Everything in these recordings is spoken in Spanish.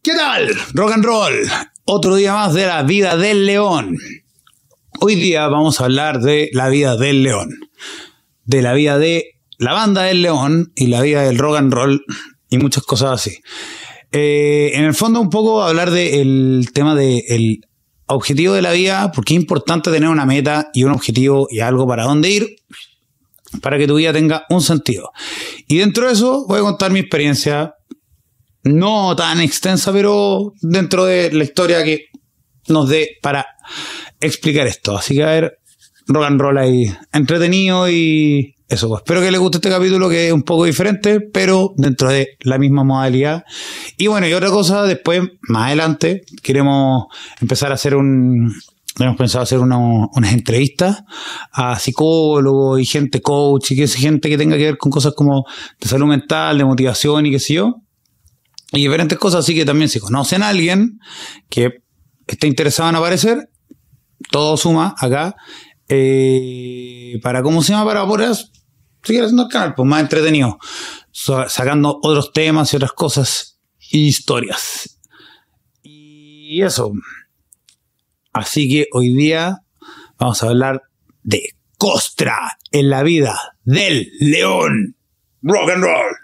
¿Qué tal? Rock and roll. Otro día más de la vida del león. Hoy día vamos a hablar de la vida del león. De la vida de la banda del león y la vida del rock and roll y muchas cosas así. En el fondo un poco hablar del tema del objetivo de la vida, porque es importante tener una meta y un objetivo y algo para dónde ir para que tu vida tenga un sentido. Y dentro de eso voy a contar mi experiencia, no tan extensa, pero dentro de la historia que nos dé para explicar esto. Así que a ver, rock and roll ahí entretenido y eso. Pues espero que les guste este capítulo, que es un poco diferente, pero dentro de la misma modalidad. Y bueno, y otra cosa, después, más adelante, queremos empezar a hacer hemos pensado hacer unas entrevistas a psicólogos y gente coach y gente que tenga que ver con cosas como de salud mental, de motivación y qué sé yo. Y diferentes cosas, así que también si conocen a alguien que esté interesado en aparecer, todo suma acá. Para, ¿cómo se llama? Para poder seguir haciendo el canal, pues más entretenido, sacando otros temas y otras cosas y historias. Y eso. Así que hoy día vamos a hablar de Costra en la vida del león. Rock and roll.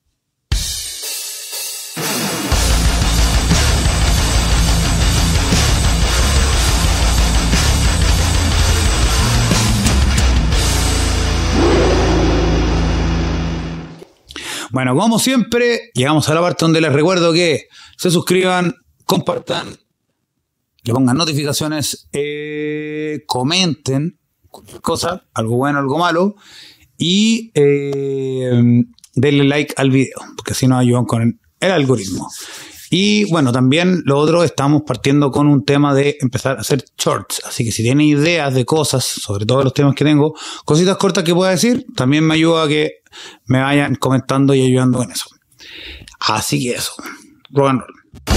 Bueno, como siempre, llegamos a la parte donde les recuerdo que se suscriban, compartan, le pongan notificaciones, comenten cualquier cosa, algo bueno, algo malo, y denle like al video, porque así nos ayudan con el algoritmo. Y bueno, también lo otro, estamos partiendo con un tema de empezar a hacer shorts, así que si tienen ideas de cosas, sobre todo los temas que tengo, cositas cortas que pueda decir, también me ayuda a que me vayan comentando y ayudando en eso. Así que eso, rock and roll.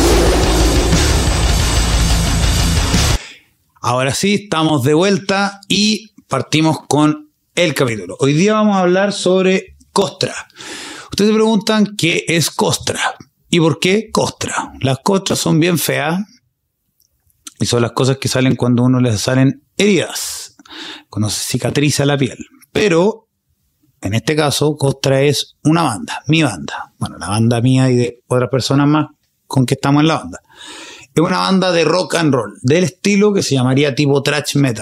Ahora sí, estamos de vuelta y partimos con el capítulo. Hoy día vamos a hablar sobre Costra. Ustedes se preguntan qué es Costra y por qué Costra. Las costras son bien feas y son las cosas que salen cuando a uno les salen heridas, cuando se cicatriza la piel. Pero en este caso, Costra es una banda, mi banda. Bueno, la banda mía y de otras personas más con que estamos en la banda. Es una banda de rock and roll, del estilo que se llamaría tipo thrash metal.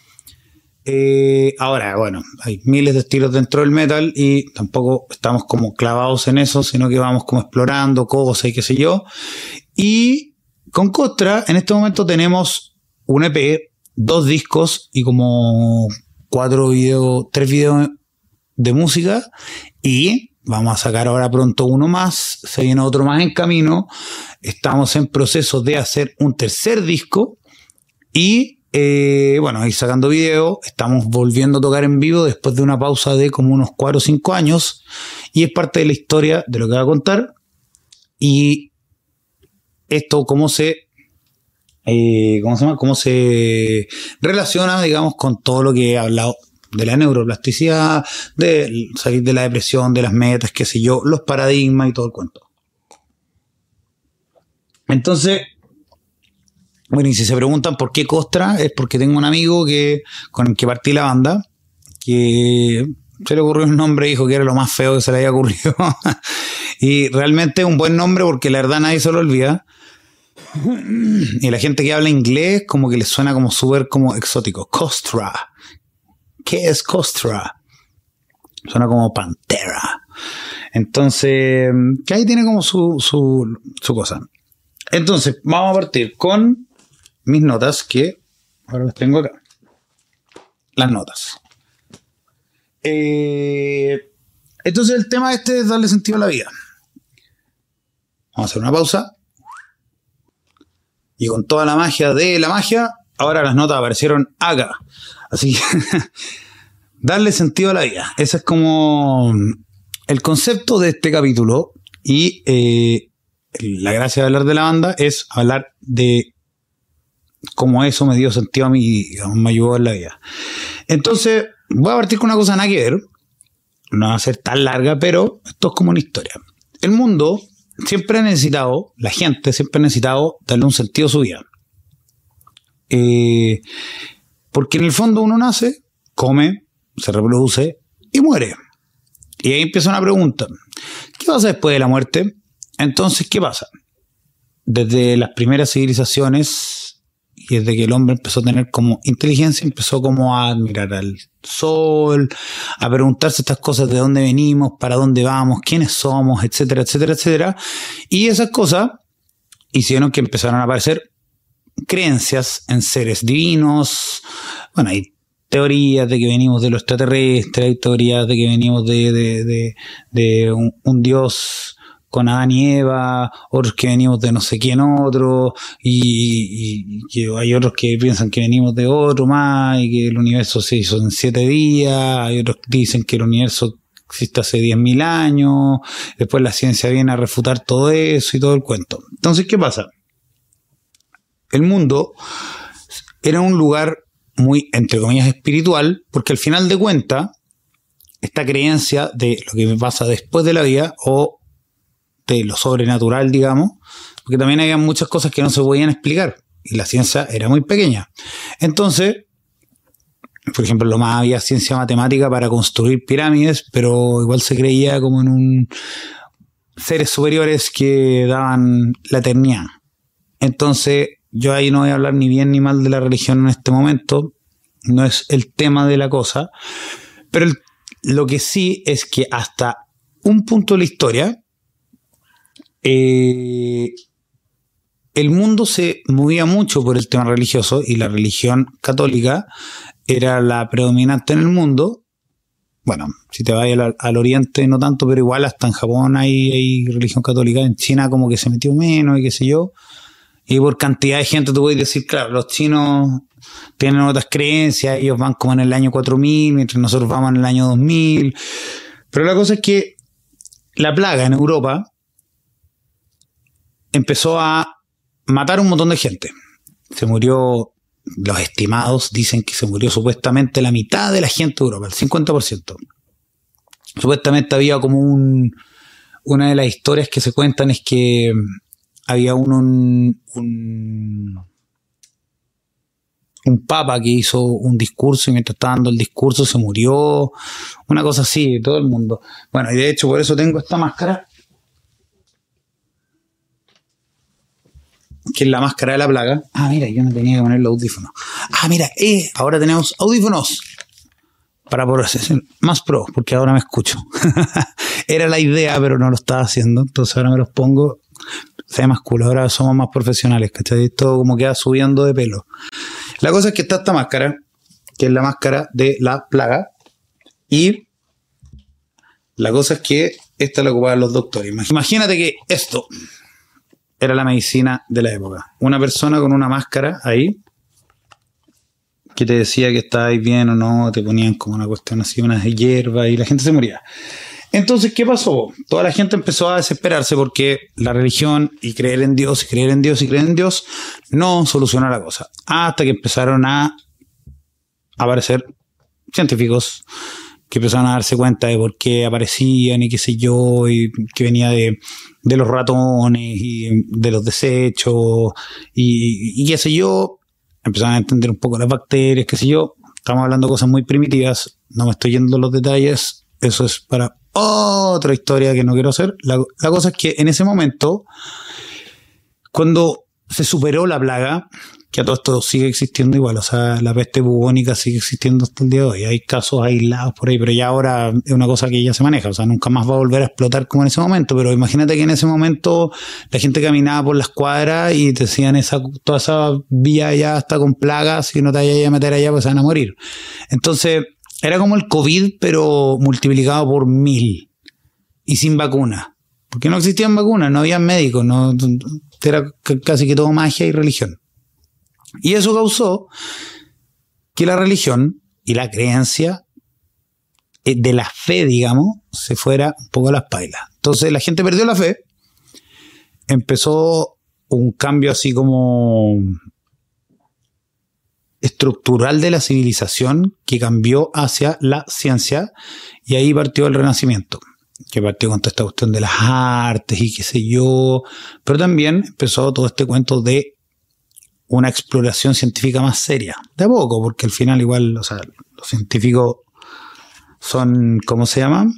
Ahora, bueno, hay miles de estilos dentro del metal y tampoco estamos como clavados en eso, sino que vamos como explorando cosas y qué sé yo. Y con Costra, en este momento tenemos un EP, 2 discos y como 3 videos de música, y vamos a sacar ahora pronto uno más, se viene otro más en camino. Estamos en proceso de hacer un tercer disco y bueno, ir sacando videos. Estamos volviendo a tocar en vivo después de una pausa de como unos 4 o 5 años, y es parte de la historia de lo que voy a contar. Y esto cómo se relaciona, digamos, con todo lo que he hablado de la neuroplasticidad, de salir de la depresión, de las metas, qué sé yo, los paradigmas y todo el cuento. Entonces, bueno, y si se preguntan por qué Costra, es porque tengo un amigo con el que partí la banda, que se le ocurrió un nombre y dijo que era lo más feo que se le había ocurrido. Y realmente es un buen nombre porque la verdad nadie se lo olvida. Y la gente que habla inglés como que le suena como súper como exótico. Costra. ¿Qué es Costra? Suena como pantera. Entonces, que ahí tiene como su cosa. Entonces, vamos a partir con mis notas, que ahora las tengo acá. Las notas. Entonces, el tema es darle sentido a la vida. Vamos a hacer una pausa. Y con toda la magia de la magia, ahora las notas aparecieron acá. Así que darle sentido a la vida. Ese es como el concepto de este capítulo. Y la gracia de hablar de la banda es hablar de cómo eso me dio sentido a mí y me ayudó en la vida. Entonces, voy a partir con una cosa nada que ver. No va a ser tan larga, pero esto es como una historia. El mundo siempre ha necesitado, la gente siempre ha necesitado darle un sentido a su vida. Porque en el fondo uno nace, come, se reproduce y muere. Y ahí empieza una pregunta. ¿Qué pasa después de la muerte? Entonces, ¿qué pasa? Desde las primeras civilizaciones y desde que el hombre empezó a tener como inteligencia, empezó como a mirar al sol, a preguntarse estas cosas, de dónde venimos, para dónde vamos, quiénes somos, etcétera, etcétera, etcétera. Y esas cosas hicieron que empezaran a aparecer creencias en seres divinos. Bueno, hay teorías de que venimos de lo extraterrestre, hay teorías de que venimos de un dios con Adán y Eva, otros que venimos de no sé quién otro, y que hay otros que piensan que venimos de otro más, y que el universo se hizo en 7 días, hay otros que dicen que el universo existe hace 10.000 años, después la ciencia viene a refutar todo eso y todo el cuento. Entonces, ¿qué pasa? El mundo era un lugar muy, entre comillas, espiritual, porque al final de cuentas, esta creencia de lo que pasa después de la vida, o de lo sobrenatural, digamos, porque también había muchas cosas que no se podían explicar, y la ciencia era muy pequeña. Entonces, por ejemplo, lo más había ciencia matemática para construir pirámides, pero igual se creía como en seres superiores que daban la eternidad. Entonces, yo ahí no voy a hablar ni bien ni mal de la religión en este momento, no es el tema de la cosa, pero lo que sí es que hasta un punto de la historia, el mundo se movía mucho por el tema religioso, y la religión católica era la predominante en el mundo. Bueno, si te vas al oriente no tanto, pero igual hasta en Japón hay religión católica, en China como que se metió menos y qué sé yo. Y por cantidad de gente tú puedes decir, claro, los chinos tienen otras creencias, ellos van como en el año 4000, mientras nosotros vamos en el año 2000. Pero la cosa es que la plaga en Europa empezó a matar un montón de gente. Se murió, los estimados dicen que se murió supuestamente la mitad de la gente de Europa, el 50%. Supuestamente había como una de las historias que se cuentan es que había un papa que hizo un discurso y mientras estaba dando el discurso se murió, una cosa así, de todo el mundo. Bueno, y de hecho por eso tengo esta máscara, que es la máscara de la plaga. Ah, mira, yo no tenía que poner los audífonos. Ah, mira, ahora tenemos audífonos para poder ser más pro, porque ahora me escucho. Era la idea, pero no lo estaba haciendo, entonces ahora me los pongo. Se ve más cool, ahora somos más profesionales, ¿cachai? Esto como queda subiendo de pelo. La cosa es que está esta máscara, que es la máscara de la plaga, y la cosa es que esta la ocupaban los doctores. Imagínate que esto era la medicina de la época. Una persona con una máscara ahí, que te decía que estabas bien o no, te ponían como una cuestión así, unas hierbas, y la gente se moría. Entonces, ¿qué pasó? Toda la gente empezó a desesperarse porque la religión y creer en Dios, y creer en Dios, y creer en Dios no solucionó la cosa. Hasta que empezaron a aparecer científicos que empezaron a darse cuenta de por qué aparecían y qué sé yo, y que venía de los ratones y de los desechos y qué sé yo. Empezaron a entender un poco las bacterias, qué sé yo. Estamos hablando de cosas muy primitivas, no me estoy yendo a los detalles, eso es para otra historia que no quiero hacer. La cosa es que en ese momento, cuando se superó la plaga, que a todo esto sigue existiendo igual, o sea, la peste bubónica sigue existiendo hasta el día de hoy, hay casos aislados por ahí, pero ya ahora es una cosa que ya se maneja, o sea, nunca más va a volver a explotar como en ese momento. Pero imagínate que en ese momento la gente caminaba por las cuadras y te decían toda esa vía ya está con plagas, si no te vayas a meter allá pues se van a morir. Entonces era como el COVID, pero multiplicado por 1000 y sin vacuna, porque no existían vacunas, no había médicos, no, era casi que todo magia y religión. Y eso causó que la religión y la creencia de la fe, digamos, se fuera un poco a las pailas. Entonces la gente perdió la fe, empezó un cambio así como estructural de la civilización que cambió hacia la ciencia, y ahí partió el Renacimiento. que partió con toda esta cuestión de las artes y qué sé yo, pero también empezó todo este cuento de una exploración científica más seria, de a poco, porque al final igual, o sea, los científicos son, ¿cómo se llaman?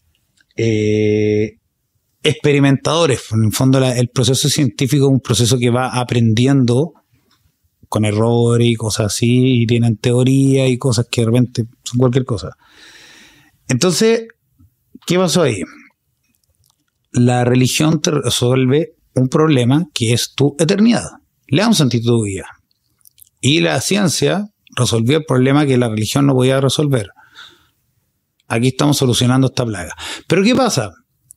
Experimentadores. En el fondo el proceso científico es un proceso que va aprendiendo con errores y cosas así, y tienen teoría y cosas que de repente son cualquier cosa. Entonces, ¿qué pasó ahí? La religión te resuelve un problema que es tu eternidad. Le da un sentido a tu vida. Y la ciencia resolvió el problema que la religión no podía resolver. Aquí estamos solucionando esta plaga. Pero ¿qué pasa?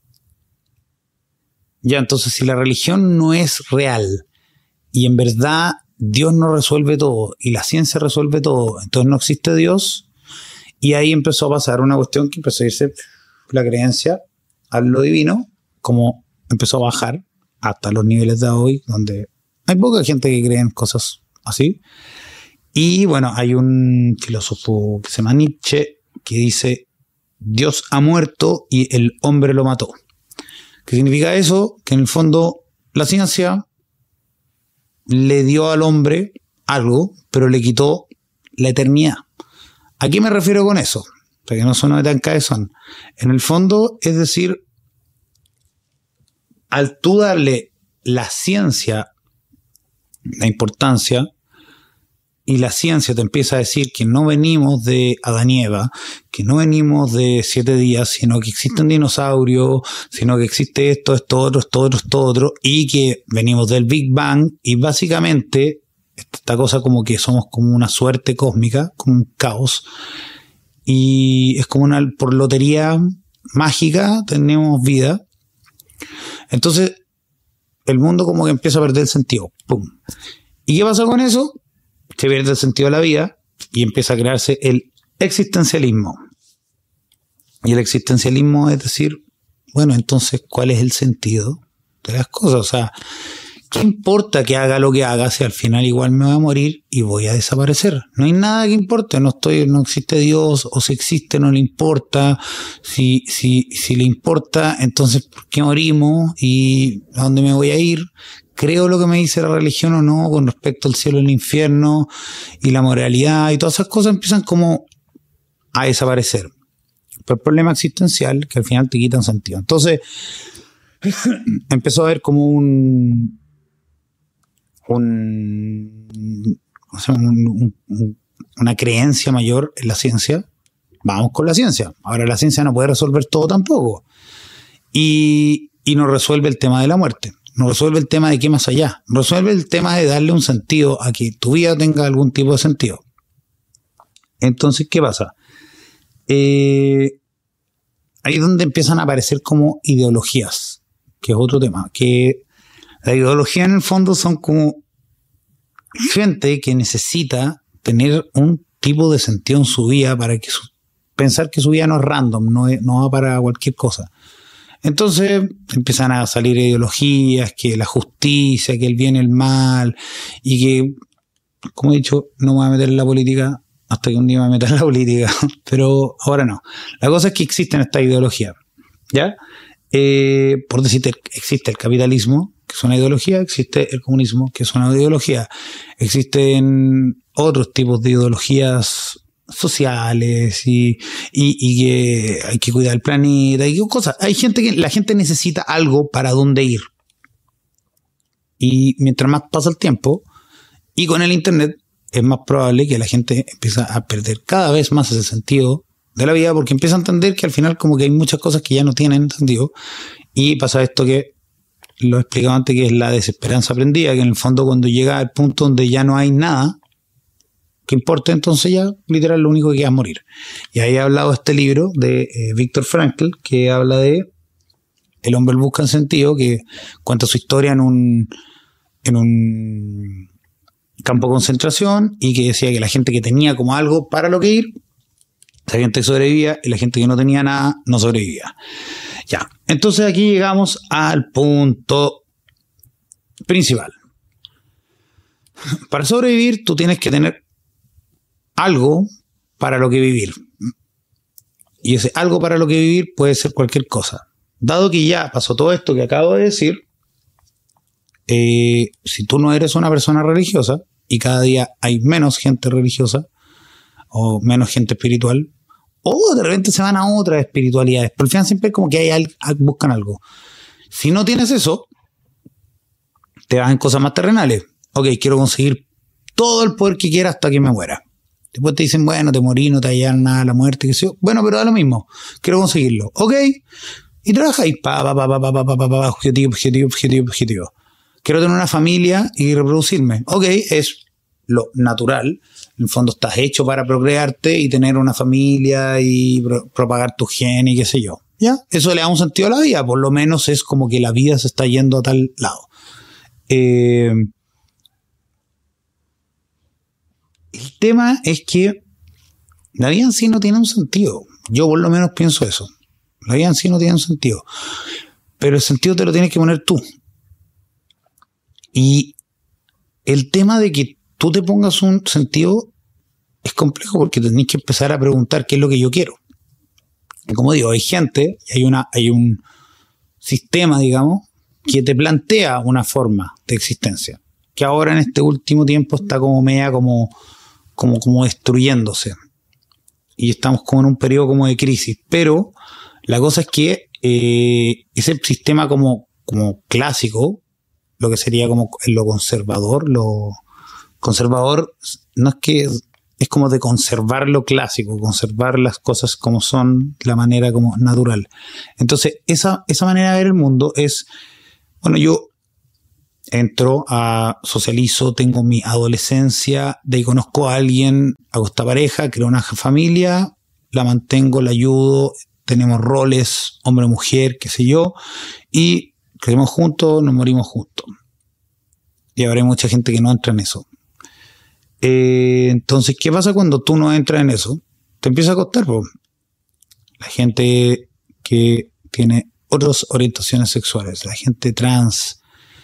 Ya, entonces, si la religión no es real y en verdad Dios no resuelve todo y la ciencia resuelve todo, entonces no existe Dios. Y ahí empezó a pasar una cuestión que empezó a irse la creencia a lo divino, como empezó a bajar hasta los niveles de hoy, donde hay poca gente que cree en cosas así. Y bueno, hay un filósofo que se llama Nietzsche que dice: Dios ha muerto y el hombre lo mató. ¿Qué significa eso? Que en el fondo la ciencia le dio al hombre algo, pero le quitó la eternidad. ¿A qué me refiero con eso? Para que no suene tan cabezón. En el fondo, es decir, al tú darle la ciencia la importancia, y la ciencia te empieza a decir que no venimos de Adán y Eva, que no venimos de 7 días, sino que existen dinosaurios, sino que existe esto, esto otro, y que venimos del Big Bang, y básicamente esta cosa como que somos como una suerte cósmica, como un caos, y es como una, por lotería mágica, tenemos vida. Entonces, el mundo como que empieza a perder el sentido. ¡Pum! ¿Y qué pasa con eso? Se pierde el sentido de la vida y empieza a crearse el existencialismo. Y el existencialismo es decir, bueno, entonces, ¿cuál es el sentido de las cosas? O sea, ¿qué importa que haga lo que haga si al final igual me voy a morir y voy a desaparecer? No hay nada que importe, no existe Dios, o si existe no le importa. Si le importa, entonces ¿por qué morimos? ¿Y a dónde me voy a ir? ¿Creo lo que me dice la religión o no con respecto al cielo y el infierno y la moralidad? Y todas esas cosas empiezan como a desaparecer. Pero el problema existencial que al final te quitan sentido. Entonces empezó a haber como una creencia mayor en la ciencia. Vamos con la ciencia. Ahora la ciencia no puede resolver todo tampoco. Y no resuelve el tema de la muerte. No resuelve el tema de qué más allá. Resuelve el tema de darle un sentido a que tu vida tenga algún tipo de sentido. Entonces, ¿qué pasa? Ahí es donde empiezan a aparecer como ideologías, que es otro tema. Que la ideología en el fondo son como gente que necesita tener un tipo de sentido en su vida para que pensar que su vida no es random, no va para cualquier cosa. Entonces empiezan a salir ideologías, que la justicia, que el bien y el mal, y que, como he dicho, no me voy a meter en la política hasta que un día me meta en la política, pero ahora no. La cosa es que existen estas ideologías, ¿ya? Por decirte, existe el capitalismo, que es una ideología, existe el comunismo, que es una ideología, existen otros tipos de ideologías sociales y que hay que cuidar el planeta y cosas. Hay gente que la gente necesita algo para dónde ir. Y mientras más pasa el tiempo y con el internet es más probable que la gente empiece a perder cada vez más ese sentido de la vida, porque empieza a entender que al final como que hay muchas cosas que ya no tienen sentido, y pasa esto que lo he explicado antes, que es la desesperanza aprendida, que en el fondo cuando llega al punto donde ya no hay nada que importa, entonces ya literal lo único que queda es morir. Y ahí he hablado este libro de Viktor Frankl, que habla de El hombre busca un sentido, que cuenta su historia en un campo de concentración, y que decía que la gente que tenía como algo para lo que ir, la gente que sobrevivía, y la gente que no tenía nada no sobrevivía. Ya, entonces aquí llegamos al punto principal. Para sobrevivir tú tienes que tener algo para lo que vivir. Y ese algo para lo que vivir puede ser cualquier cosa. Dado que ya pasó todo esto que acabo de decir, si tú no eres una persona religiosa y cada día hay menos gente religiosa o menos gente espiritual, o de repente se van a otras espiritualidades, pero al final siempre es como que buscan algo. Si no tienes eso, te vas en cosas más terrenales. Ok, quiero conseguir todo el poder que quiera hasta que me muera. Después te dicen, bueno, te morí, no te hallan nada, la muerte, qué sé yo. Bueno, pero da lo mismo. Quiero conseguirlo. Ok. Y trabajáis. Objetivo. Quiero tener una familia y reproducirme. Ok, es lo natural. En el fondo estás hecho para procrearte y tener una familia y propagar tu gen y qué sé yo. ¿Ya? Eso le da un sentido a la vida. Por lo menos es como que la vida se está yendo a tal lado. El tema es que la vida en sí no tiene un sentido. Yo por lo menos pienso eso. La vida en sí no tiene un sentido. Pero el sentido te lo tienes que poner tú. Y el tema de que tú te pongas un sentido es complejo porque tenés que empezar a preguntar qué es lo que yo quiero. Y como digo, hay gente, hay un sistema, digamos, que te plantea una forma de existencia, que ahora en este último tiempo está como media como destruyéndose. Y estamos como en un periodo como de crisis. Pero la cosa es que ese sistema como clásico, lo que sería como lo conservador no es que es como de conservar lo clásico, conservar las cosas como son, la manera como natural. Entonces, esa manera de ver el mundo es, bueno, yo entro socializo, tengo mi adolescencia, de ahí conozco a alguien, hago esta pareja, creo una familia, la mantengo, la ayudo, tenemos roles, hombre, mujer, qué sé yo, y crecemos juntos, nos morimos juntos. Y habrá mucha gente que no entra en eso. Entonces, ¿qué pasa cuando tú no entras en eso? Te empieza a costar, po. La gente que tiene otras orientaciones sexuales, la gente trans,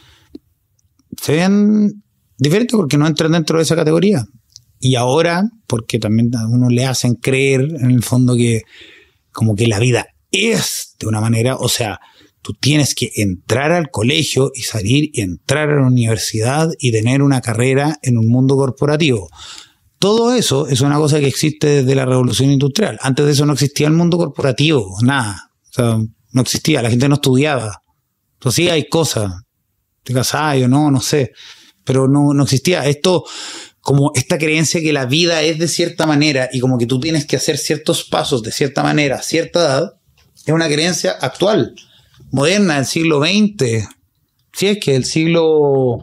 se ven diferentes porque no entran dentro de esa categoría. Y ahora, porque también a uno le hacen creer, en el fondo, que como que la vida es de una manera, o sea, tú tienes que entrar al colegio y salir y entrar a la universidad y tener una carrera en un mundo corporativo. Todo eso es una cosa que existe desde la revolución industrial. Antes de eso no existía el mundo corporativo, nada. O sea, no existía, la gente no estudiaba. Entonces sí hay cosas, te casás o no sé, pero no existía. Esto, como esta creencia que la vida es de cierta manera y como que tú tienes que hacer ciertos pasos de cierta manera a cierta edad, es una creencia actual, moderna, del siglo XX, si es que del siglo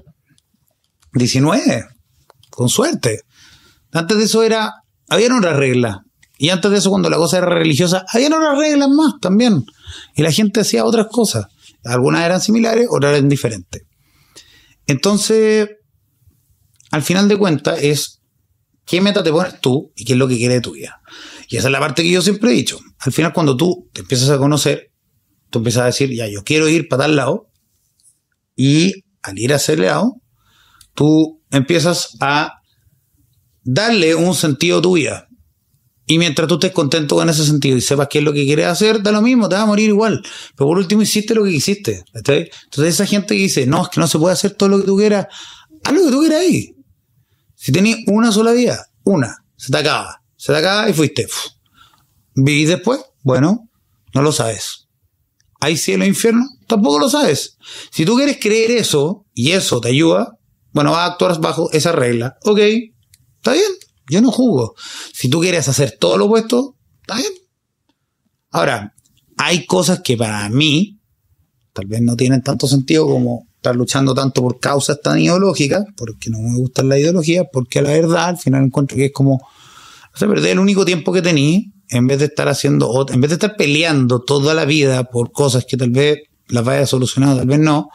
XIX, con suerte. Antes de eso habían otras reglas. Y antes de eso, cuando la cosa era religiosa, habían otras reglas más también. Y la gente hacía otras cosas. Algunas eran similares, otras eran diferentes. Entonces, al final de cuentas, es qué meta te pones tú y qué es lo que quieres de tu vida. Y esa es la parte que yo siempre he dicho. Al final, cuando tú te empiezas a conocer, tú empiezas a decir, ya, yo quiero ir para tal lado. Y al ir a ese lado, tú empiezas a darle un sentido a tu vida. Y mientras tú estés contento con ese sentido y sepas qué es lo que quieres hacer, da lo mismo, te vas a morir igual. Pero por último hiciste lo que quisiste. ¿Está? Entonces esa gente que dice, no, es que no se puede hacer todo lo que tú quieras, haz lo que tú quieras ahí. Si tenías una sola vida, se te acaba y fuiste. ¿Vivís después? Bueno, no lo sabes. ¿Hay cielo e infierno? Tampoco lo sabes. Si tú quieres creer eso y eso te ayuda, bueno, vas a actuar bajo esa regla. Ok, está bien. Yo no juzgo. Si tú quieres hacer todo lo opuesto, está bien. Ahora, hay cosas que para mí tal vez no tienen tanto sentido como estar luchando tanto por causas tan ideológicas, porque no me gustan las ideologías, porque la verdad al final encuentro que es como, o sea, perder el único tiempo que tení, en vez de estar peleando toda la vida por cosas que tal vez las vaya a solucionar, tal vez no,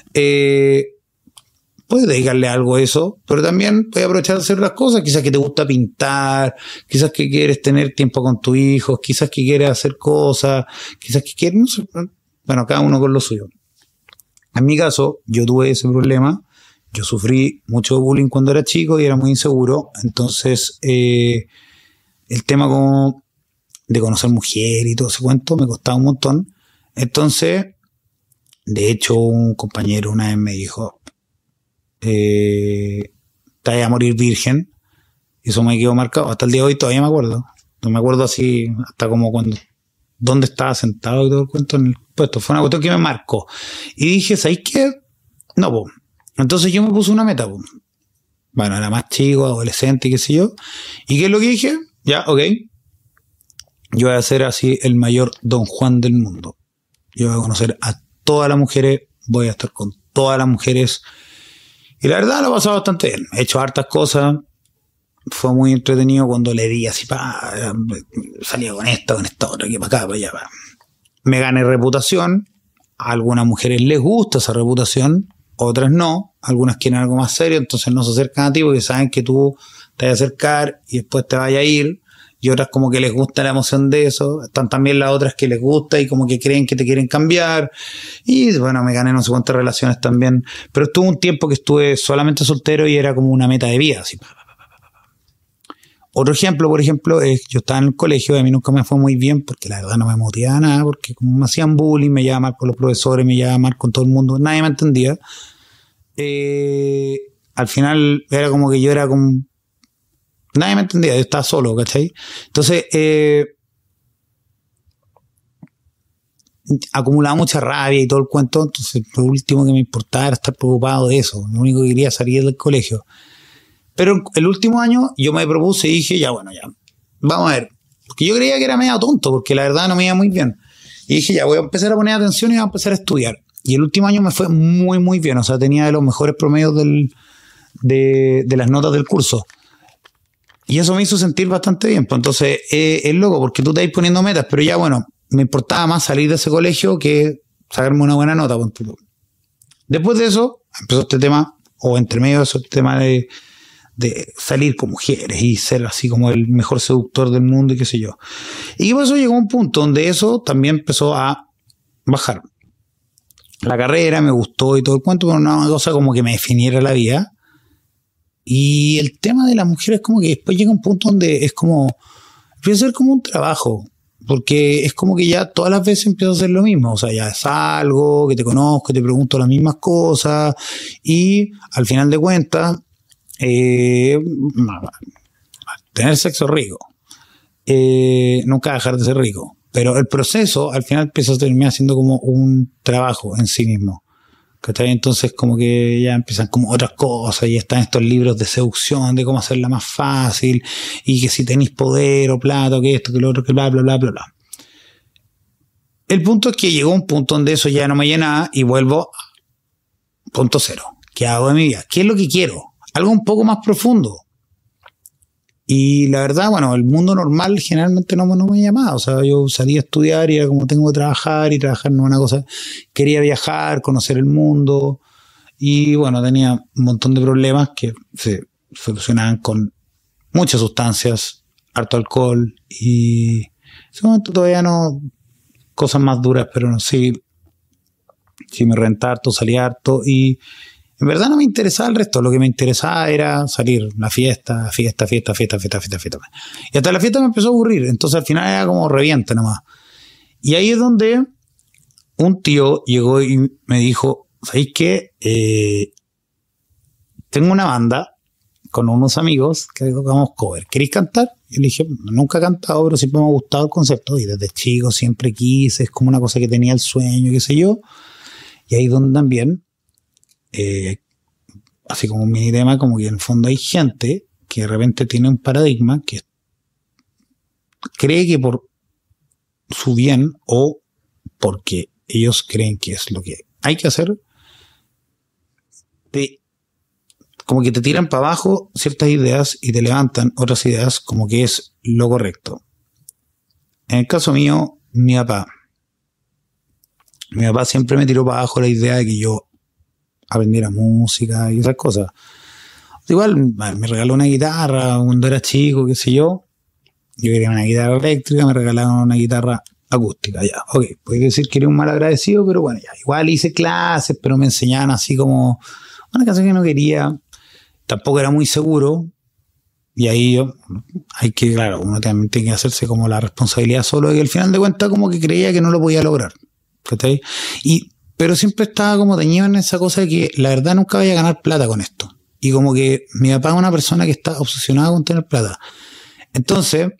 puedes dedicarle algo a eso, pero también puedes aprovechar de hacer las cosas. Quizás que te gusta pintar, quizás que quieres tener tiempo con tus hijos, quizás que quieres hacer cosas, quizás que quieres, no sé, bueno, cada uno con lo suyo. En mi caso, yo tuve ese problema. Yo sufrí mucho bullying cuando era chico y era muy inseguro. Entonces, el tema como de conocer mujeres y todo ese cuento, me costaba un montón. Entonces, de hecho, un compañero una vez me dijo, te vas a morir virgen. Y eso me quedó marcado. Hasta el día de hoy todavía me acuerdo. No me acuerdo así, hasta como cuando, dónde estaba sentado y todo el cuento en el puesto. Fue una cuestión que me marcó. Y dije, ¿sabes qué? No, po. Entonces yo me puse una meta, po. Bueno, era más chico, adolescente, qué sé yo. ¿Y qué es lo que dije? Ya, ok. Yo voy a ser así el mayor Don Juan del mundo. Yo voy a conocer a todas las mujeres, voy a estar con todas las mujeres. Y la verdad lo he pasado bastante bien. He hecho hartas cosas. Fue muy entretenido cuando le di así, salía con esta otra, que para acá, para allá. Me gané reputación. A algunas mujeres les gusta esa reputación, otras no. Algunas quieren algo más serio, entonces no se acercan a ti porque saben que tú te vas a acercar y después te vayas a ir. Y otras como que les gusta la emoción de eso. Están también las otras que les gusta y como que creen que te quieren cambiar. Y bueno, me gané no sé cuántas relaciones también. Pero estuvo un tiempo que estuve solamente soltero y era como una meta de vida, así. Otro ejemplo, por ejemplo, es yo estaba en el colegio y a mí nunca me fue muy bien porque la verdad no me motivaba nada, porque como me hacían bullying, me llevaba mal con los profesores, me llevaba mal con todo el mundo, nadie me entendía. Al final era como que yo era como... Nadie me entendía, yo estaba solo, ¿cachai? Entonces, acumulaba mucha rabia y todo el cuento, entonces lo último que me importaba era estar preocupado de eso, lo único que quería salir del colegio. Pero el último año yo me propuse y dije, ya, vamos a ver. Porque yo creía que era medio tonto, porque la verdad no me iba muy bien. Y dije, ya, voy a empezar a poner atención y voy a empezar a estudiar. Y el último año me fue muy, muy bien. O sea, tenía de los mejores promedios de las notas del curso. Y eso me hizo sentir bastante bien. Pues entonces, es loco, porque tú te vas poniendo metas, pero ya, me importaba más salir de ese colegio que sacarme una buena nota. Pues. Después de eso, empezó este tema, o entre medio de eso, este tema de salir con mujeres y ser así como el mejor seductor del mundo y qué sé yo. Y por eso llegó un punto donde eso también empezó a bajar. La carrera me gustó y todo el cuento, pero no una cosa como que me definiera la vida. Y el tema de las mujeres como que después llega un punto donde es como, empieza a ser como un trabajo, porque es como que ya todas las veces empiezo a hacer lo mismo. O sea, ya salgo, que te conozco, te pregunto las mismas cosas y al final de cuentas tener sexo rico, nunca dejar de ser rico, pero el proceso al final empieza a terminar siendo como un trabajo en sí mismo, ¿cachai? Entonces como que ya empiezan como otras cosas y están estos libros de seducción de cómo hacerla más fácil y que si tenéis poder o plata o que esto, que lo otro, que bla, bla, bla, bla, bla. El punto es que llegó un punto donde eso ya no me llenaba y vuelvo a punto cero. ¿Qué hago de mi vida? ¿Qué es lo que quiero? Algo un poco más profundo. Y la verdad, el mundo normal generalmente no me llamaba. O sea, yo salía a estudiar y era como tengo que trabajar y trabajar no es una cosa. Quería viajar, conocer el mundo. Y tenía un montón de problemas que se solucionaban con muchas sustancias, harto alcohol y en ese momento todavía no cosas más duras, pero no, sí me rentaba harto, salía harto y en verdad no me interesaba el resto, lo que me interesaba era salir, la fiesta. Y hasta la fiesta me empezó a aburrir, entonces al final era como revienta nomás. Y ahí es donde un tío llegó y me dijo, ¿sabéis qué? Tengo una banda con unos amigos que tocamos cover, ¿queréis cantar? Y le dije, nunca he cantado, pero siempre me ha gustado el concepto y desde chico siempre quise, es como una cosa que tenía el sueño, qué sé yo. Y ahí es donde también... así como un mini tema, como que en el fondo hay gente que de repente tiene un paradigma que cree que por su bien o porque ellos creen que es lo que hay que hacer, como que te tiran para abajo ciertas ideas y te levantan otras ideas como que es lo correcto. En el caso mío, mi papá siempre me tiró para abajo la idea de que yo aprendiera música y esas cosas. Igual me regaló una guitarra cuando era chico, qué sé yo. Yo quería una guitarra eléctrica, me regalaron una guitarra acústica, ya. Ok, puede decir que era un mal agradecido, pero ya. Igual hice clases, pero me enseñaban así como una canción que no quería. Tampoco era muy seguro. Y ahí hay que, claro, uno también tiene que hacerse como la responsabilidad solo, y al final de cuentas como que creía que no lo podía lograr. ¿Cachai? Pero siempre estaba como teñido en esa cosa de que la verdad nunca vaya a ganar plata con esto. Y como que mi papá es una persona que está obsesionada con tener plata. Entonces,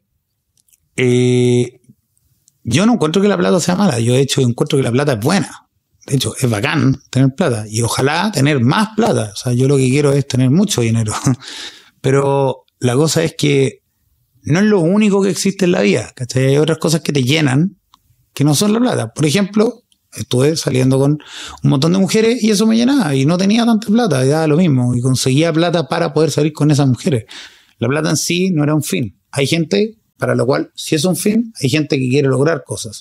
yo no encuentro que la plata sea mala. Yo de hecho encuentro que la plata es buena. De hecho, es bacán tener plata. Y ojalá tener más plata. O sea, yo lo que quiero es tener mucho dinero. Pero la cosa es que no es lo único que existe en la vida. ¿Cachai? Hay otras cosas que te llenan que no son la plata. Por ejemplo, estuve saliendo con un montón de mujeres y eso me llenaba. Y no tenía tanta plata, y daba lo mismo. Y conseguía plata para poder salir con esas mujeres. La plata en sí no era un fin. Hay gente para lo cual, si es un fin, hay gente que quiere lograr cosas.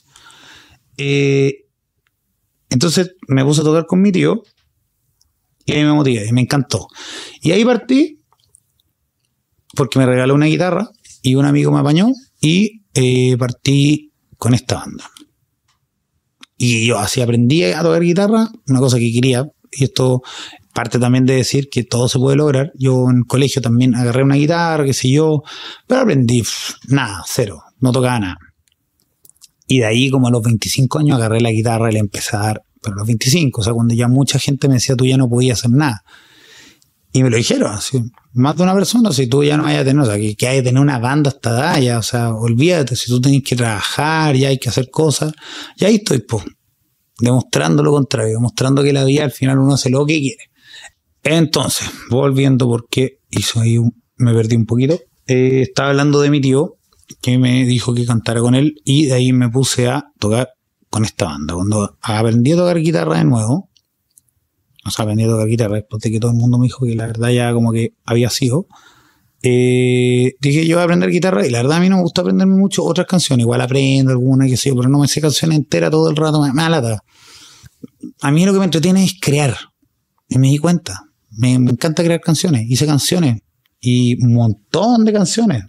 Entonces me puse a tocar con mi tío y ahí me motivé y me encantó. Y ahí partí porque me regaló una guitarra y un amigo me apañó y partí con esta banda. Y yo así aprendí a tocar guitarra, una cosa que quería, y esto parte también de decir que todo se puede lograr. Yo en el colegio también agarré una guitarra, qué sé yo, pero aprendí nada, cero, no tocaba nada. Y de ahí como a los 25 años agarré la guitarra y le empecé a dar, pero a los 25, o sea, cuando ya mucha gente me decía tú ya no podías hacer nada. Y me lo dijeron, así, más de una persona, si tú ya no vayas a tener, o sea, que hay que tener una banda hasta edad, ya, o sea, olvídate, si tú tienes que trabajar, ya hay que hacer cosas, y ahí estoy, pues, demostrando lo contrario, demostrando que la vida al final uno hace lo que quiere. Entonces, volviendo porque hizo ahí me perdí un poquito, estaba hablando de mi tío, que me dijo que cantara con él, y de ahí me puse a tocar con esta banda. Cuando aprendí a tocar guitarra de nuevo, o sea, aprendí a tocar guitarra después de que todo el mundo me dijo que la verdad ya como que había sido, dije yo voy a aprender guitarra, y la verdad a mí no me gusta aprenderme mucho otras canciones, igual aprendo alguna, que sé yo, pero no me sé canciones enteras todo el rato, me da lata. A mí lo que me entretiene es crear, y me di cuenta, me encanta crear canciones, hice canciones, y un montón de canciones.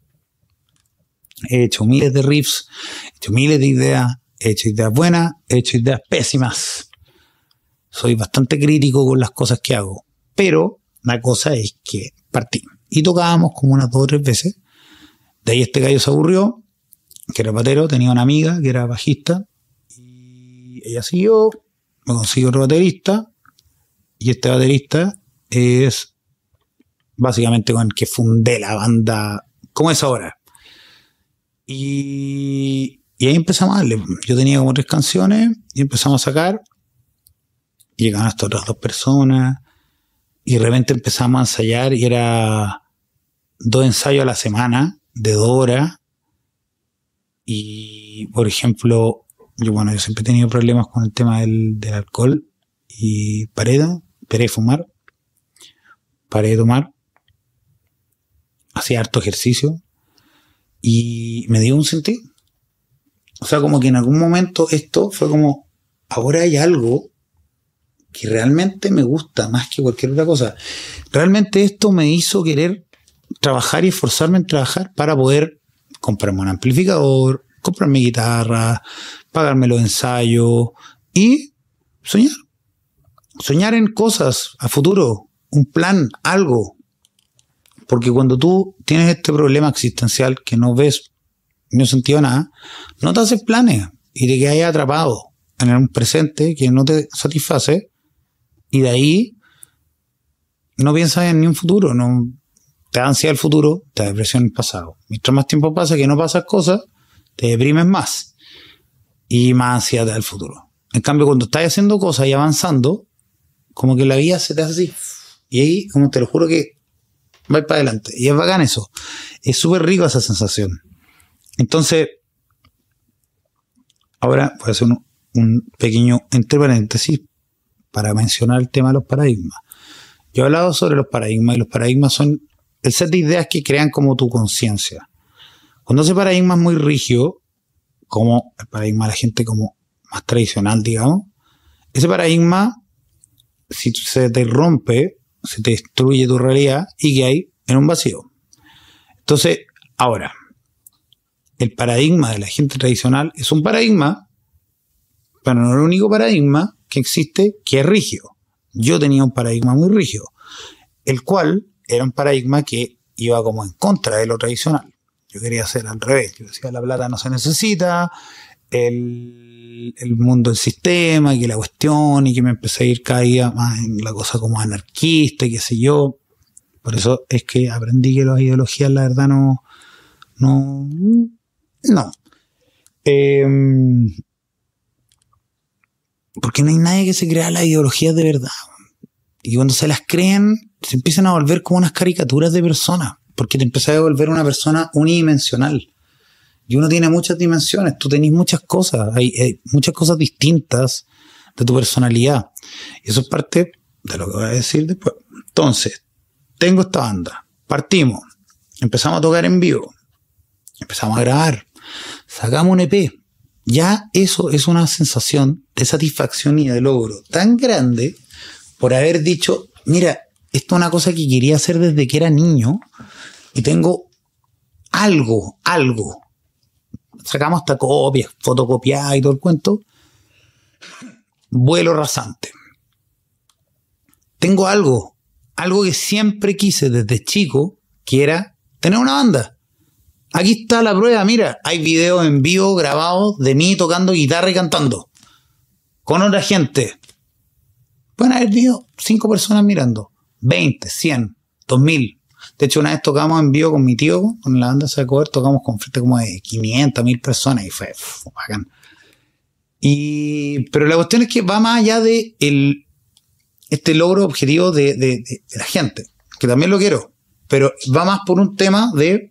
He hecho miles de riffs, he hecho miles de ideas, he hecho ideas buenas, he hecho ideas pésimas. Soy bastante crítico con las cosas que hago, pero la cosa es que partí y tocábamos como unas 2 o 3 veces. De ahí este gallo se aburrió, que era batero, tenía una amiga que era bajista y ella siguió, me consiguió otro baterista, y este baterista es básicamente con el que fundé la banda como es ahora. Y ahí empezamos a darle. Yo tenía como 3 canciones y empezamos a sacar. Y llegaban hasta otras 2 personas. Y de repente empezamos a ensayar y era 2 ensayos a la semana de 2 horas. Y, por ejemplo, yo siempre he tenido problemas con el tema del alcohol. Y paré de fumar. Paré de tomar. Hacía harto ejercicio. Y me dio un sentido. O sea, como que en algún momento esto fue como, ahora hay algo que realmente me gusta más que cualquier otra cosa. Realmente esto me hizo querer trabajar y esforzarme en trabajar para poder comprarme un amplificador, comprarme guitarra, pagarme los ensayos y soñar. Soñar en cosas a futuro, un plan, algo. Porque cuando tú tienes este problema existencial que no ves ni un sentido nada, no te haces planes y te quedas atrapado en un presente que no te satisface, y de ahí no piensas en ni un futuro, no te da ansiedad el futuro, te da depresión el pasado. Mientras más tiempo pasa que no pasas cosas, te deprimes más y más ansiedad te da el futuro. En cambio, cuando estás haciendo cosas y avanzando, como que la vida se te hace así, y ahí, como te lo juro que va para adelante. Y es bacán eso. Es súper rico esa sensación. Entonces, ahora voy a hacer un pequeño entre paréntesis para mencionar el tema de los paradigmas. Yo he hablado sobre los paradigmas, y los paradigmas son el set de ideas que crean como tu conciencia. Cuando ese paradigma es muy rígido, como el paradigma de la gente como más tradicional, digamos, ese paradigma, si se te rompe, se te destruye tu realidad y que hay en un vacío. Entonces, ahora, el paradigma de la gente tradicional es un paradigma, pero no es el único paradigma que existe que es rígido. Yo tenía un paradigma muy rígido, el cual era un paradigma que iba como en contra de lo tradicional. Yo quería hacer al revés. Yo decía, la plata no se necesita, el mundo del sistema, y que la cuestión, y que me empecé a ir cada día más en la cosa como anarquista, y qué sé yo. Por eso es que aprendí que las ideologías, la verdad, no. Porque no hay nadie que se crea las ideologías de verdad. Y cuando se las creen, se empiezan a volver como unas caricaturas de personas. Porque te empiezas a volver una persona unidimensional. Y uno tiene muchas dimensiones. Tú tenés muchas cosas. Hay muchas cosas distintas de tu personalidad. Y eso es parte de lo que voy a decir después. Entonces, tengo esta banda. Partimos. Empezamos a tocar en vivo. Empezamos a grabar. Sacamos un EP. Ya eso es una sensación de satisfacción y de logro tan grande por haber dicho, mira, esto es una cosa que quería hacer desde que era niño y tengo algo. Sacamos hasta copias, fotocopiadas y todo el cuento. Vuelo rasante. Tengo algo que siempre quise desde chico, que era tener una banda. Aquí está la prueba, mira, hay videos en vivo grabados de mí tocando guitarra y cantando. Con otra gente. Pueden haber visto 5 personas mirando. 20, 100, 2000. De hecho, una vez tocamos en vivo con mi tío, con la banda de cover, tocamos con frente como de 500, 1000 personas y fue bacán. Pero la cuestión es que va más allá de este logro objetivo de la gente, que también lo quiero, pero va más por un tema de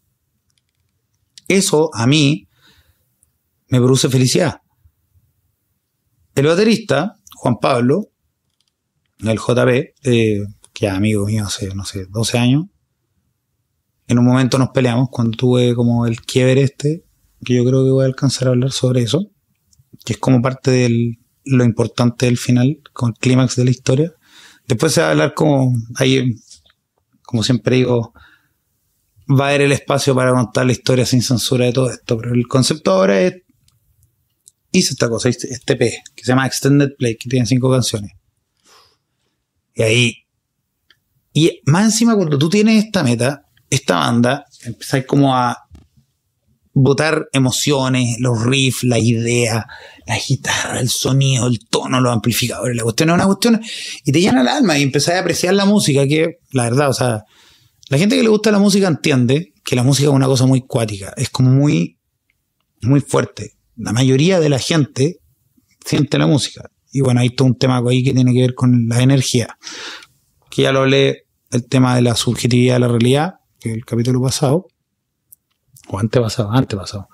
eso a mí me produce felicidad. El baterista, Juan Pablo, el JP, que es amigo mío hace, 12 años, en un momento nos peleamos cuando tuve como el quiebre que yo creo que voy a alcanzar a hablar sobre eso, que es como parte de lo importante del final, con el clímax de la historia. Después se va a hablar como siempre digo, va a haber el espacio para contar la historia sin censura de todo esto, pero el concepto ahora es, hice esta cosa, este EP, que se llama Extended Play, que tiene 5 canciones. Y más encima, cuando tú tienes esta meta, esta banda, empezáis como a botar emociones, los riffs, la idea, la guitarra, el sonido, el tono, los amplificadores, la cuestión es una cuestión, y te llena el alma, y empezás a apreciar la música, que la verdad, o sea, la gente que le gusta la música entiende que la música es una cosa muy cuática, es como muy, muy fuerte. La mayoría de la gente siente la música. Y bueno, hay todo un tema ahí que tiene que ver con la energía, que ya lo hablé, el tema de la subjetividad de la realidad, que es el capítulo pasado, o antepasado.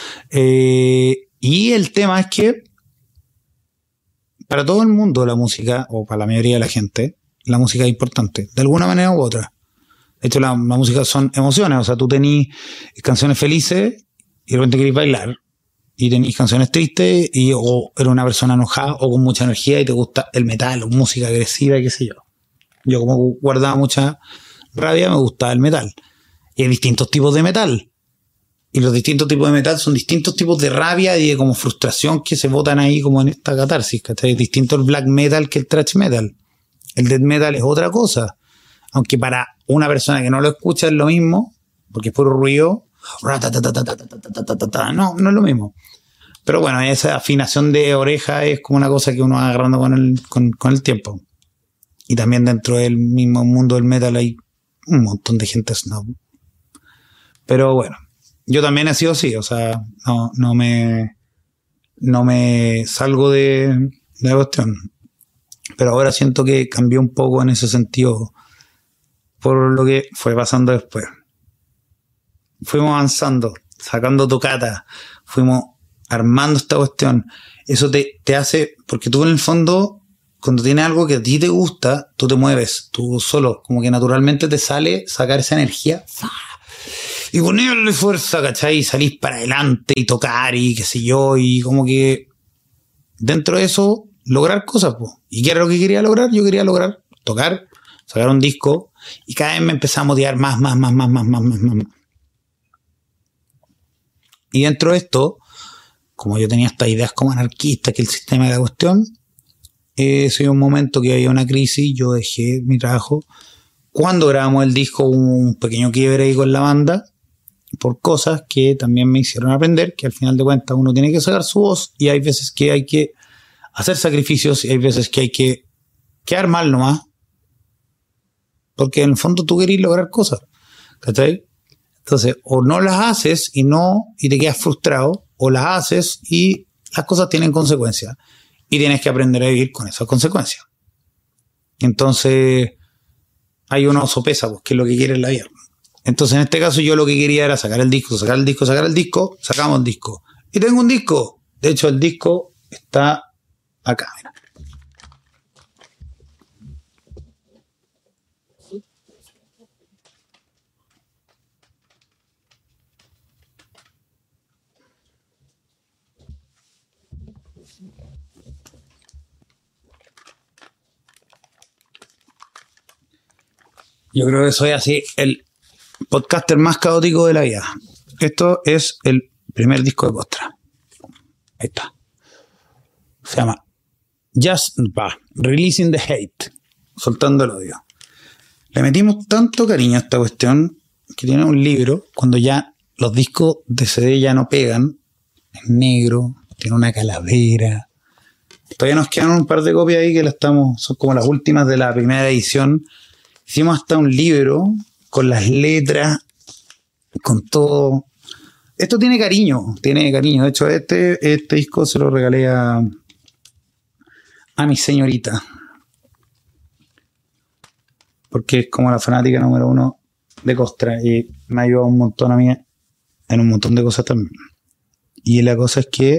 Y el tema es que para todo el mundo la música, o para la mayoría de la gente, la música es importante, de alguna manera u otra. De hecho, la música son emociones, o sea, tú tenés canciones felices y de repente querés bailar, y tenés canciones tristes o eres una persona enojada o con mucha energía y te gusta el metal o música agresiva y qué sé yo. Yo como guardaba mucha rabia me gustaba el metal. Y hay distintos tipos de metal. Y los distintos tipos de metal son distintos tipos de rabia y de como frustración que se botan ahí como en esta catarsis. ¿Cachai? Es distinto el black metal que el thrash metal. El death metal es otra cosa. Aunque para una persona que no lo escucha es lo mismo, porque es puro ruido. No es lo mismo. Pero bueno, esa afinación de oreja es como una cosa que uno va agarrando con el tiempo. Y también dentro del mismo mundo del metal hay un montón de gente snob. Pero bueno, yo también he sido así, o sea, no me salgo de la cuestión. Pero ahora siento que cambió un poco en ese sentido por lo que fue pasando después. Fuimos avanzando, sacando tocatas, fuimos armando esta cuestión. Eso te hace, porque tú en el fondo, cuando tienes algo que a ti te gusta, tú te mueves, tú solo, como que naturalmente te sale sacar esa energía y ponerle fuerza, ¿cachai? Y salís para adelante y tocar y qué sé yo, y como que dentro de eso lograr cosas, pues. ¿Y qué era lo que quería lograr? Yo quería lograr tocar, sacar un disco, y cada vez me empezaba a motivar más. Y dentro de esto, como yo tenía estas ideas como anarquistas, que el sistema de la cuestión, ese un momento que había una crisis, yo dejé mi trabajo cuando grabamos el disco hubo un pequeño quiebre ahí con la banda por cosas que también me hicieron aprender que al final de cuentas uno tiene que sacar su voz y hay veces que hay que hacer sacrificios y hay veces que hay que quedar mal nomás, porque en el fondo tú querés lograr cosas, ¿cachai? Entonces, o no las haces y te quedas frustrado, o las haces y las cosas tienen consecuencias y tienes que aprender a vivir con esas consecuencias. Entonces, hay uno sopesa, pues, que es lo que quiere en la vida. Entonces, en este caso, yo lo que quería era sacar el disco, sacamos el disco. Y tengo un disco. De hecho, el disco está acá, mira. Yo creo que soy así el podcaster más caótico de la vida. Esto es el primer disco de Postra. Ahí está. Se llama Releasing the Hate. Soltando el odio. Le metimos tanto cariño a esta cuestión que tiene un libro, cuando ya los discos de CD ya no pegan, es negro, tiene una calavera. Todavía nos quedan un par de copias ahí que son como las últimas de la primera edición. Hicimos hasta un libro con las letras, con todo. Esto tiene cariño. De hecho, este disco se lo regalé a mi señorita. Porque es como la fanática número 1 de Costra y me ha ayudado un montón a mí en un montón de cosas también. Y la cosa es que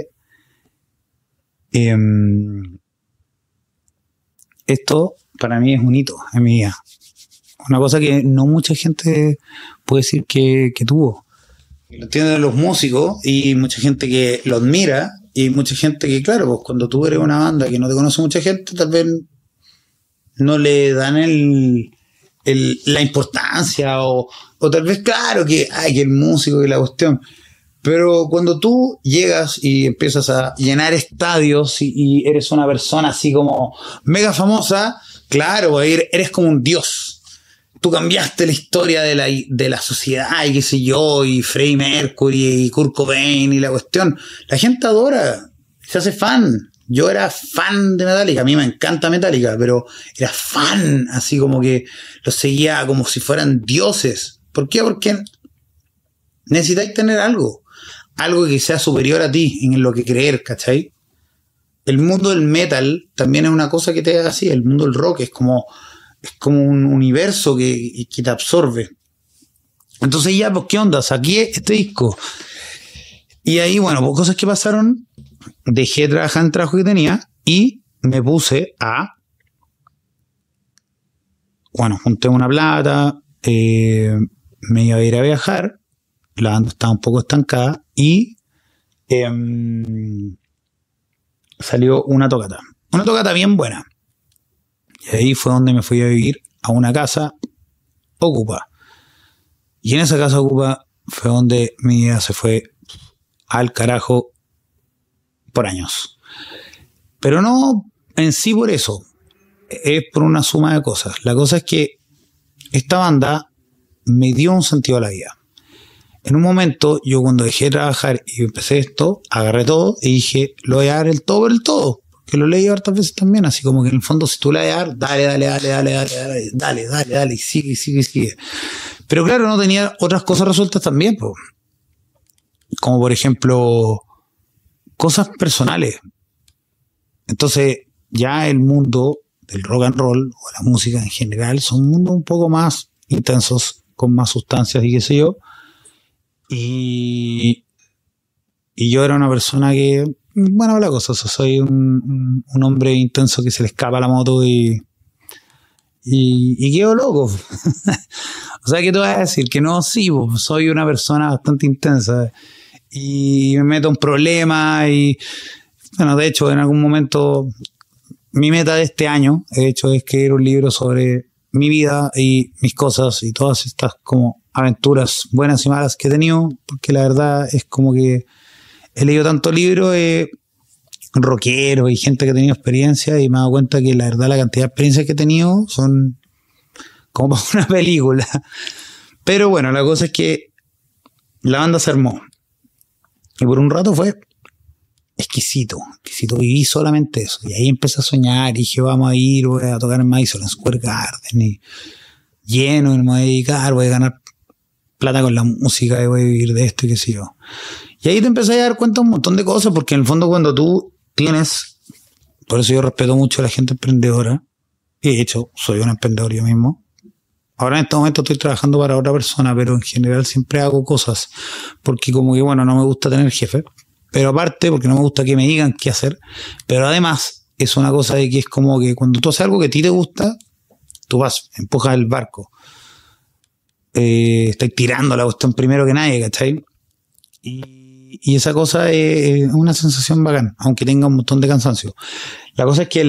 esto para mí es un hito en mi vida. Una cosa que no mucha gente puede decir que tuvo. Lo entienden los músicos y mucha gente que lo admira y mucha gente que, claro, pues cuando tú eres una banda que no te conoce mucha gente, tal vez no le dan la importancia o tal vez, claro, que el músico y la cuestión. Pero cuando tú llegas y empiezas a llenar estadios y eres una persona así como mega famosa, claro, eres como un dios. Tú cambiaste la historia de la sociedad y qué sé yo, y Freddie Mercury y Kurt Cobain y la cuestión. La gente adora, se hace fan. Yo era fan de Metallica, a mí me encanta Metallica, pero era fan, así como que los seguía como si fueran dioses. ¿Por qué? Porque necesitáis tener algo que sea superior a ti, en lo que creer, ¿cachai? El mundo del metal también es una cosa que te haga así, el mundo del rock es como un universo que te absorbe. Entonces ya, pues, ¿qué onda? Saqué este disco. Y ahí, bueno, pues cosas que pasaron, dejé de trabajar en el trabajo que tenía y me puse junté una plata, me iba a ir a viajar, la banda estaba un poco estancada y salió una tocata bien buena. Y ahí fue donde me fui a vivir a una casa ocupa. Y en esa casa ocupa fue donde mi vida se fue al carajo por años. Pero no en sí por eso. Es por una suma de cosas. La cosa es que esta banda me dio un sentido a la vida. En un momento, yo cuando dejé de trabajar y empecé esto, agarré todo y dije, lo voy a dar el todo por el todo. Que lo leí hartas veces también, así como que en el fondo si tú le vas a dar, dale, y sigue. Pero claro, no tenía otras cosas resueltas también, po. Como por ejemplo, cosas personales. Entonces, ya el mundo del rock and roll, o la música en general, son mundos un poco más intensos, con más sustancias y qué sé yo. Y yo era una persona que, bueno, la cosa, soy un hombre intenso que se le escapa la moto y quedo loco. O sea, ¿qué te voy a decir? Que no, sí, soy una persona bastante intensa y me meto en problemas y, bueno, de hecho, en algún momento, mi meta de este año, de hecho, es escribir un libro sobre mi vida y mis cosas y todas estas como aventuras buenas y malas que he tenido, porque la verdad es como que he leído tanto libros rockeros y gente que ha tenido experiencia y me he dado cuenta que la verdad la cantidad de experiencias que he tenido son como para una película. Pero bueno, la cosa es que la banda se armó. Y por un rato fue exquisito. Viví solamente eso. Y ahí empecé a soñar y dije, vamos a ir, voy a tocar en Madison Square Garden. Y lleno, y me voy a dedicar, voy a ganar plata con la música y voy a vivir de esto y qué sé yo. Y ahí te empecé a dar cuenta de un montón de cosas, porque en el fondo cuando tú tienes, por eso yo respeto mucho a la gente emprendedora, y de hecho soy un emprendedor yo mismo. Ahora en este momento estoy trabajando para otra persona, pero en general siempre hago cosas, porque como que bueno, no me gusta tener jefe, pero aparte porque no me gusta que me digan qué hacer, pero además es una cosa de que es como que cuando tú haces algo que a ti te gusta, tú vas, empujas el barco, estás tirando la cuestión primero que nadie, ¿cachai? Y esa cosa es una sensación bacán, aunque tenga un montón de cansancio. La cosa es que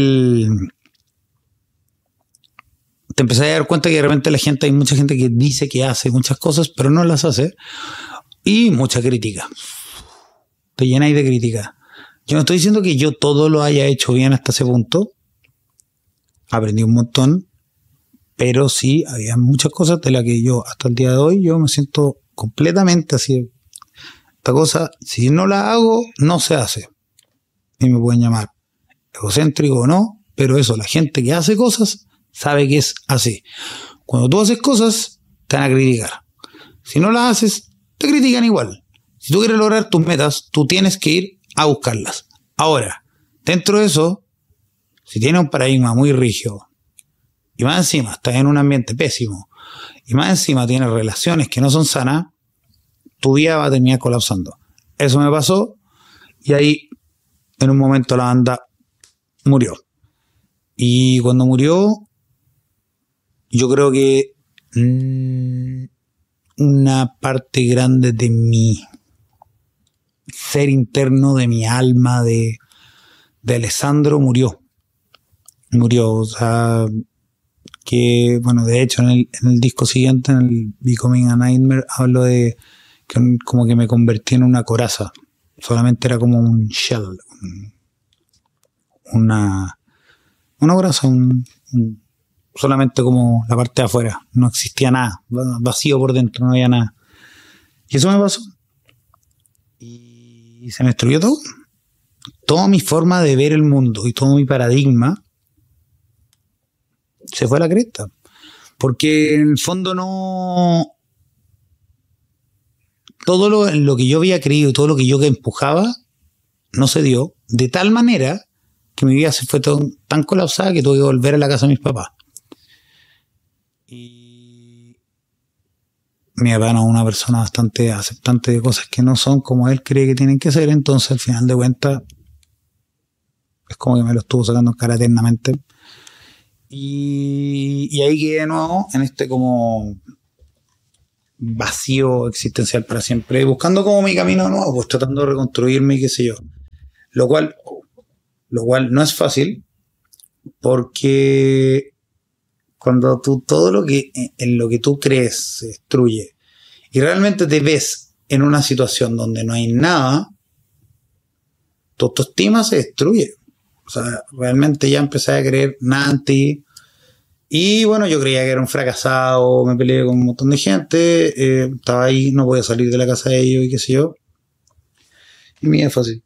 te empecé a dar cuenta que de repente hay mucha gente que dice que hace muchas cosas, pero no las hace, y mucha crítica. Te llenáis de crítica. Yo no estoy diciendo que yo todo lo haya hecho bien hasta ese punto. Aprendí un montón, pero sí había muchas cosas de las que yo hasta el día de hoy yo me siento completamente así. Esta cosa, si no la hago, no se hace. Y me pueden llamar egocéntrico o no, pero eso, la gente que hace cosas sabe que es así. Cuando tú haces cosas, te van a criticar. Si no las haces, te critican igual. Si tú quieres lograr tus metas, tú tienes que ir a buscarlas. Ahora, dentro de eso, si tienes un paradigma muy rígido, y más encima estás en un ambiente pésimo, y más encima tienes relaciones que no son sanas, tu vida va a terminar colapsando. Eso me pasó, y ahí, en un momento, la banda murió. Y cuando murió, yo creo que una parte grande de mi ser interno, de mi alma, de Alessandro murió. O sea, que, bueno, de hecho en el disco siguiente, en el Becoming a Nightmare, hablo de que como que me convertí en una coraza. Solamente era como un shell, una coraza, solamente como la parte de afuera. No existía nada, vacío por dentro, no había nada. Y eso me pasó. Y se me destruyó todo. Toda mi forma de ver el mundo y todo mi paradigma se fue a la cresta. Porque en el fondo no... Todo lo que yo había creído, todo lo que yo empujaba, no se dio. De tal manera que mi vida se fue tan colapsada que tuve que volver a la casa de mis papás. Y mi papá no es una persona bastante aceptante de cosas que no son como él cree que tienen que ser, entonces al final de cuentas es como que me lo estuvo sacando en cara eternamente. Y ahí quedé de nuevo en este como vacío existencial para siempre, buscando como mi camino nuevo, pues tratando de reconstruirme y qué sé yo. Lo cual no es fácil, porque cuando tú todo lo que en lo que tú crees se destruye y realmente te ves en una situación donde no hay nada, tu autoestima se destruye. O sea, realmente ya empecé a creer nada en ti. Y bueno, yo creía que era un fracasado, me peleé con un montón de gente, estaba ahí, no podía salir de la casa de ellos y qué sé yo. Y mi vida fue así.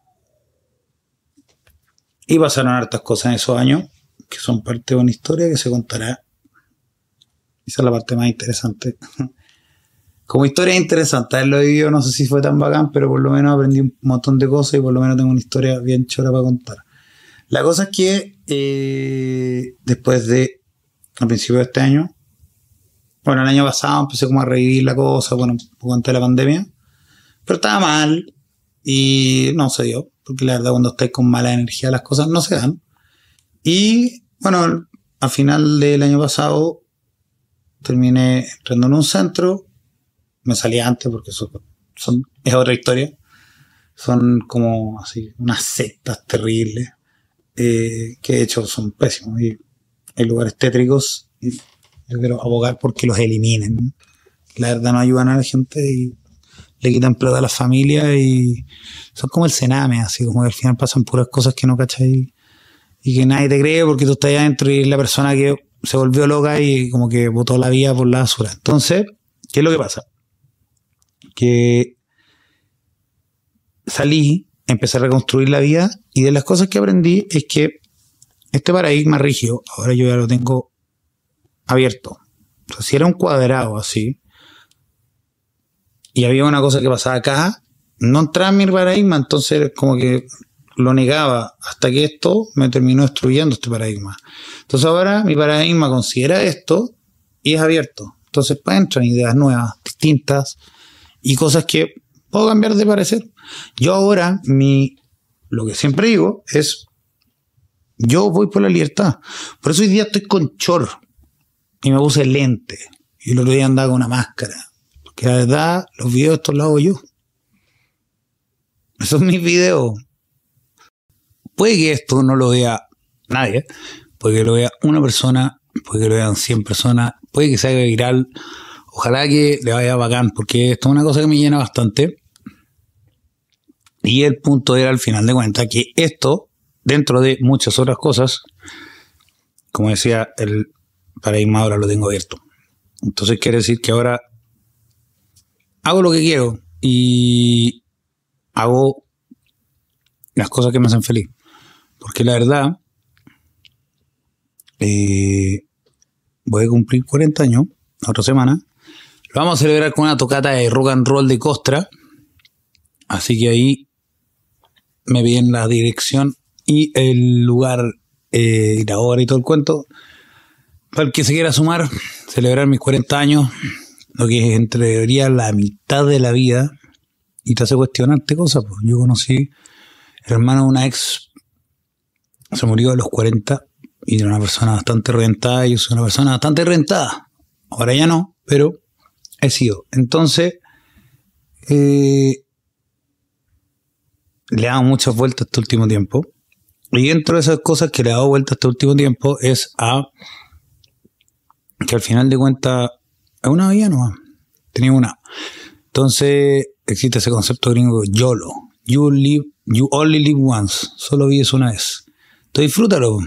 Y pasaron hartas cosas en esos años, que son parte de una historia que se contará. Esa es la parte más interesante. Como historia interesante, haberlo vivido, no sé si fue tan bacán, pero por lo menos aprendí un montón de cosas y por lo menos tengo una historia bien chora para contar. La cosa es que después de, a principios de este año, bueno, el año pasado empecé como a revivir la cosa, bueno, un poco antes de la pandemia, pero estaba mal y no se dio, porque la verdad cuando estáis con mala energía las cosas no se dan. Y bueno, al final del año pasado terminé entrando en un centro, me salí antes porque es otra historia, son como así unas sectas terribles, que de hecho son pésimos y hay lugares tétricos y yo quiero abogar porque los eliminen, ¿no? La verdad no ayudan a la gente y le quitan plata a las familias y son como el cename, así como que al final pasan puras cosas que no cachai y que nadie te cree porque tú estás ahí adentro y la persona que se volvió loca y como que botó la vida por la basura. Entonces, ¿qué es lo que pasa? Que salí, empecé a reconstruir la vida y de las cosas que aprendí es que este paradigma rígido, ahora yo ya lo tengo abierto. O sea, si era un cuadrado así y había una cosa que pasaba acá, no entraba en mi paradigma, entonces como que lo negaba hasta que esto me terminó destruyendo este paradigma. Entonces ahora mi paradigma considera esto y es abierto. Entonces pues entran ideas nuevas, distintas y cosas que puedo cambiar de parecer. Yo ahora, lo que siempre digo es, yo voy por la libertad. Por eso hoy día estoy con short y me puse lente. Y el otro día andaba con una máscara. Porque la verdad, los videos estos los hago yo. Esos son mis videos. Puede que esto no lo vea nadie, puede que lo vea una persona, puede que lo vean 100 personas, puede que se haga viral. Ojalá que le vaya bacán, porque esto es una cosa que me llena bastante. Y el punto era, al final de cuentas, que esto, dentro de muchas otras cosas, como decía, el paradigma ahora lo tengo abierto. Entonces quiere decir que ahora hago lo que quiero y hago las cosas que me hacen feliz. Porque la verdad, voy a cumplir 40 años, la otra semana. Lo vamos a celebrar con una tocata de rock and roll de Costra. Así que ahí me piden la dirección y el lugar, y la hora y todo el cuento. Para el que se quiera sumar, celebrar mis 40 años, lo que es en teoría la mitad de la vida, y te hace cuestionarte cosas. Pues yo conocí el hermano de una ex, se murió a los 40 y era una persona bastante reventada. Yo soy una persona bastante reventada. Ahora ya no, pero he sido. Entonces, le he dado muchas vueltas este último tiempo. Y dentro de esas cosas que le he dado vueltas este último tiempo es a que al final de cuentas es una vida nomás. Tenía una. Entonces existe ese concepto gringo YOLO. You only live once. Solo vives una vez. Entonces disfrútalo.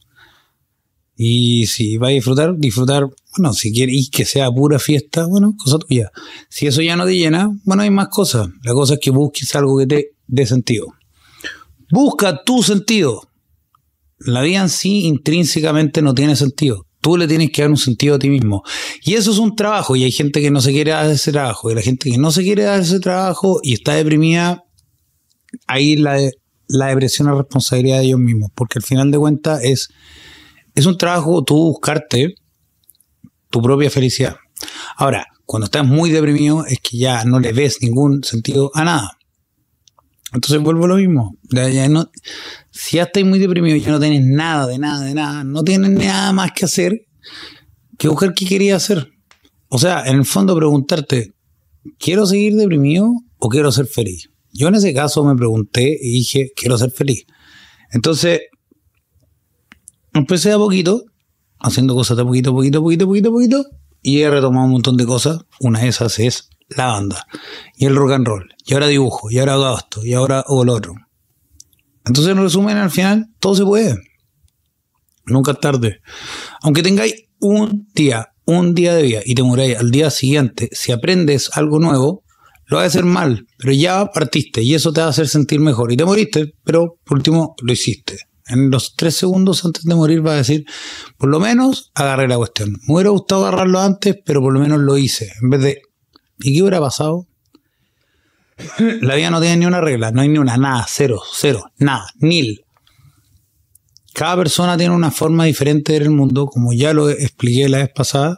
Y si vas a disfrutar, bueno, si quieres que sea pura fiesta, bueno, cosa tuya. Si eso ya no te llena, bueno, hay más cosas. La cosa es que busques algo que te dé sentido. Busca tu sentido. La vida en sí intrínsecamente no tiene sentido. Tú le tienes que dar un sentido a ti mismo. Y eso es un trabajo. Y hay gente que no se quiere dar ese trabajo. Y la gente que no se quiere dar ese trabajo y está deprimida, ahí la depresión es responsabilidad de ellos mismos. Porque al final de cuentas es un trabajo tú buscarte tu propia felicidad. Ahora, cuando estás muy deprimido es que ya no le ves ningún sentido a nada. Entonces vuelvo a lo mismo. Si ya estás muy deprimido y ya no tienes nada, no tienes nada más que hacer que buscar qué querías hacer. O sea, en el fondo preguntarte, ¿quiero seguir deprimido o quiero ser feliz? Yo en ese caso me pregunté y dije, quiero ser feliz. Entonces, empecé a poquito, haciendo cosas de poquito, y he retomado un montón de cosas. Una de esas es la banda y el rock and roll. Y ahora dibujo, y ahora hago esto, y ahora hago lo otro. Entonces, en resumen, al final, todo se puede. Nunca es tarde. Aunque tengáis un día de vida y te muráis al día siguiente, si aprendes algo nuevo, lo vas a hacer mal, pero ya partiste y eso te va a hacer sentir mejor. Y te moriste, pero por último lo hiciste. En los 3 segundos antes de morir vas a decir, por lo menos agarré la cuestión. Me hubiera gustado agarrarlo antes, pero por lo menos lo hice. En vez de, ¿y qué hubiera pasado? La vida no tiene ni una regla, no hay ni una, nada, cero, nada, nil. Cada persona tiene una forma diferente de ver el mundo, como ya lo expliqué la vez pasada.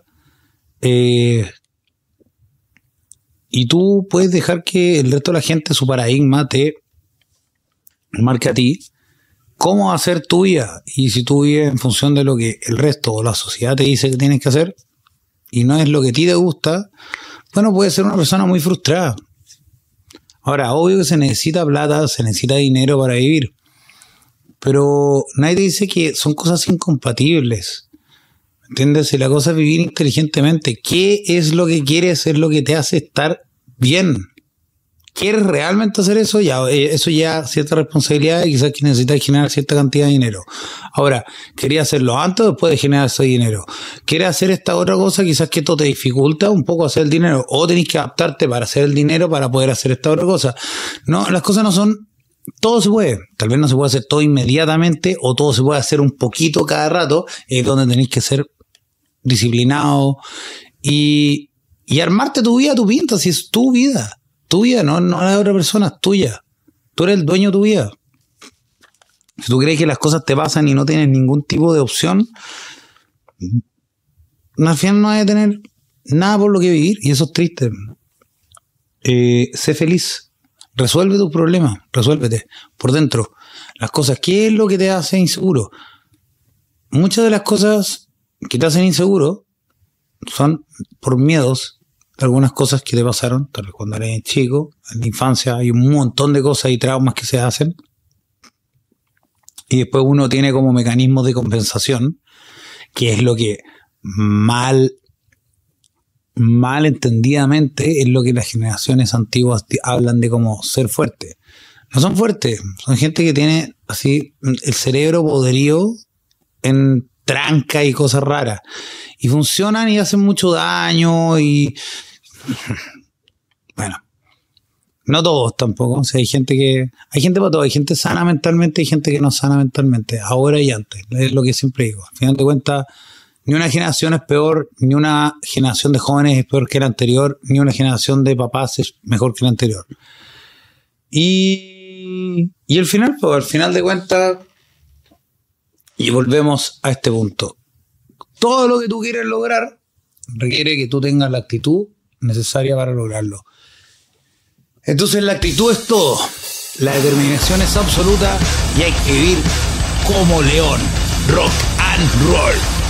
Y tú puedes dejar que el resto de la gente, su paradigma, te marque a ti cómo hacer tu vida. Y si tú vives en función de lo que el resto o la sociedad te dice que tienes que hacer y no es lo que a ti te gusta, bueno, puedes ser una persona muy frustrada. Ahora, obvio que se necesita plata, se necesita dinero para vivir, pero nadie te dice que son cosas incompatibles. ¿Entiendes? Si la cosa es vivir inteligentemente, ¿qué es lo que quieres? Es lo que te hace estar bien. ¿Quieres realmente hacer eso? Ya, eso ya cierta responsabilidad y quizás que necesitas generar cierta cantidad de dinero. Ahora, ¿querías hacerlo antes o después de generar ese dinero? ¿Quieres hacer esta otra cosa? Quizás que esto te dificulta un poco hacer el dinero, o tenés que adaptarte para hacer el dinero para poder hacer esta otra cosa. No, las cosas no son... Todo se puede. Tal vez no se puede hacer todo inmediatamente, o todo se puede hacer un poquito cada rato, es donde tenés que ser disciplinado y armarte tu vida, tu pinta, si es tu vida. Tu vida, no la de otra persona, es tuya. Tú eres el dueño de tu vida. Si tú crees que las cosas te pasan y no tienes ningún tipo de opción, al final no vas a tener nada por lo que vivir, y eso es triste. Sé feliz. Resuelve tus problemas. Resuélvete por dentro. Las cosas, ¿qué es lo que te hace inseguro? Muchas de las cosas que te hacen inseguro son por miedos. Algunas cosas que te pasaron, tal vez cuando eres chico, en la infancia hay un montón de cosas y traumas que se hacen, y después uno tiene como mecanismos de compensación, que es lo que mal entendidamente es lo que las generaciones antiguas hablan de como ser fuerte. No son fuertes, son gente que tiene así el cerebro podrido en tranca y cosas raras, y funcionan y hacen mucho daño. Y bueno, no todos tampoco. O sea, hay gente para todo. Hay gente sana mentalmente y gente que no es sana mentalmente, ahora y antes. Es lo que siempre digo. Al final de cuentas, ni una generación es peor, ni una generación de jóvenes es peor que la anterior, ni una generación de papás es mejor que la anterior. Y al final, pues, al final de cuentas, y volvemos a este punto. Todo lo que tú quieres lograr requiere que tú tengas la actitud necesaria para lograrlo. Entonces la actitud es todo. La determinación es absoluta y hay que vivir como león. Rock and roll.